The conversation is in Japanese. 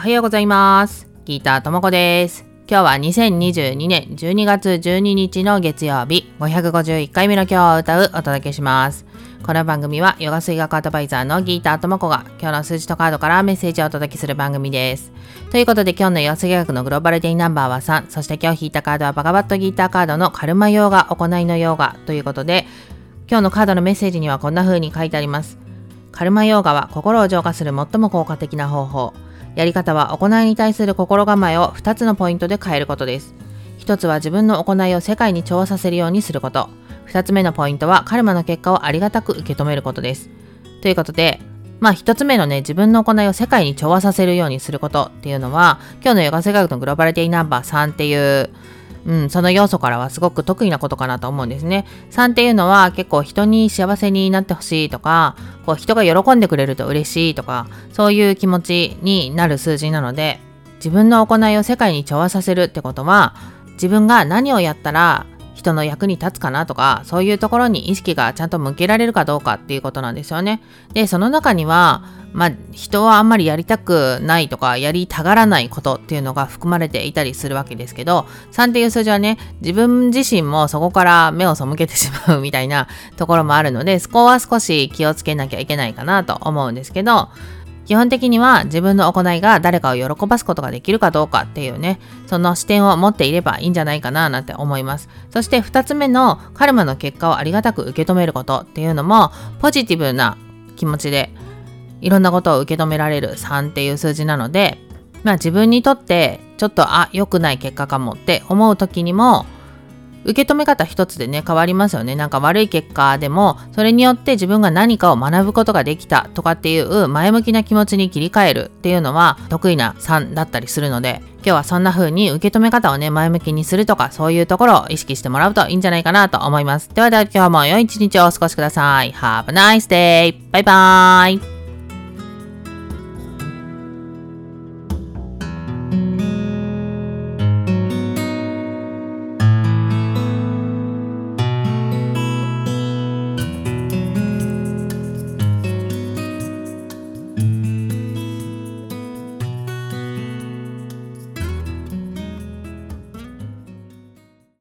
はようございます。ギターともこです。今日は2022年12月12日の月曜日、551回目の今日を歌うお届けします。この番組はヨガ水学アドバイザーのギターともこが今日の数字とカードからメッセージをお届けする番組です。ということで今日のヨガ水学のグローバルデイナンバーは3、そして今日引いたカードはバガバットギターカードのカルマヨーガ、行いのヨーガということで、今日のカードのメッセージにはこんな風に書いてあります。カルマヨーガは心を浄化する最も効果的な方法。やり方は行いに対する心構えを2つのポイントで変えることです。1つは自分の行いを世界に調和させるようにすること。2つ目のポイントはカルマの結果をありがたく受け止めることです。ということで、1つ目のね、自分の行いを世界に調和させるようにすることっていうのは、今日のヨガ生学のグローバルデイナンバー3っていうその要素からはすごく得意なことかなと思うんですね。3っていうのは結構人に幸せになってほしいとか、人が喜んでくれると嬉しいとか、そういう気持ちになる数字なので、自分の行いを世界に調和させるってことは、自分が何をやったら人の役に立つかなとか、そういうところに意識がちゃんと向けられるかどうかっていうことなんですよね。で、その中には人はあんまりやりたくないとかやりたがらないことっていうのが含まれていたりするわけですけど、3っていう数字はね、自分自身もそこから目を背けてしまうみたいなところもあるので、そこは少し気をつけなきゃいけないかなと思うんですけど、基本的には自分の行いが誰かを喜ばすことができるかどうかっていうね、その視点を持っていればいいんじゃないかななんて思います。そして2つ目のカルマの結果をありがたく受け止めることっていうのも、ポジティブな気持ちでいろんなことを受け止められる3っていう数字なので、自分にとってちょっと良くない結果かもって思う時にも、受け止め方一つでね変わりますよね。なんか悪い結果でもそれによって自分が何かを学ぶことができたとかっていう前向きな気持ちに切り替えるっていうのは得意な3だったりするので、今日はそんな風に受け止め方をね前向きにするとか、そういうところを意識してもらうといいんじゃないかなと思います。では今日も良い一日をお過ごしください。Have a nice day! バイバーイ。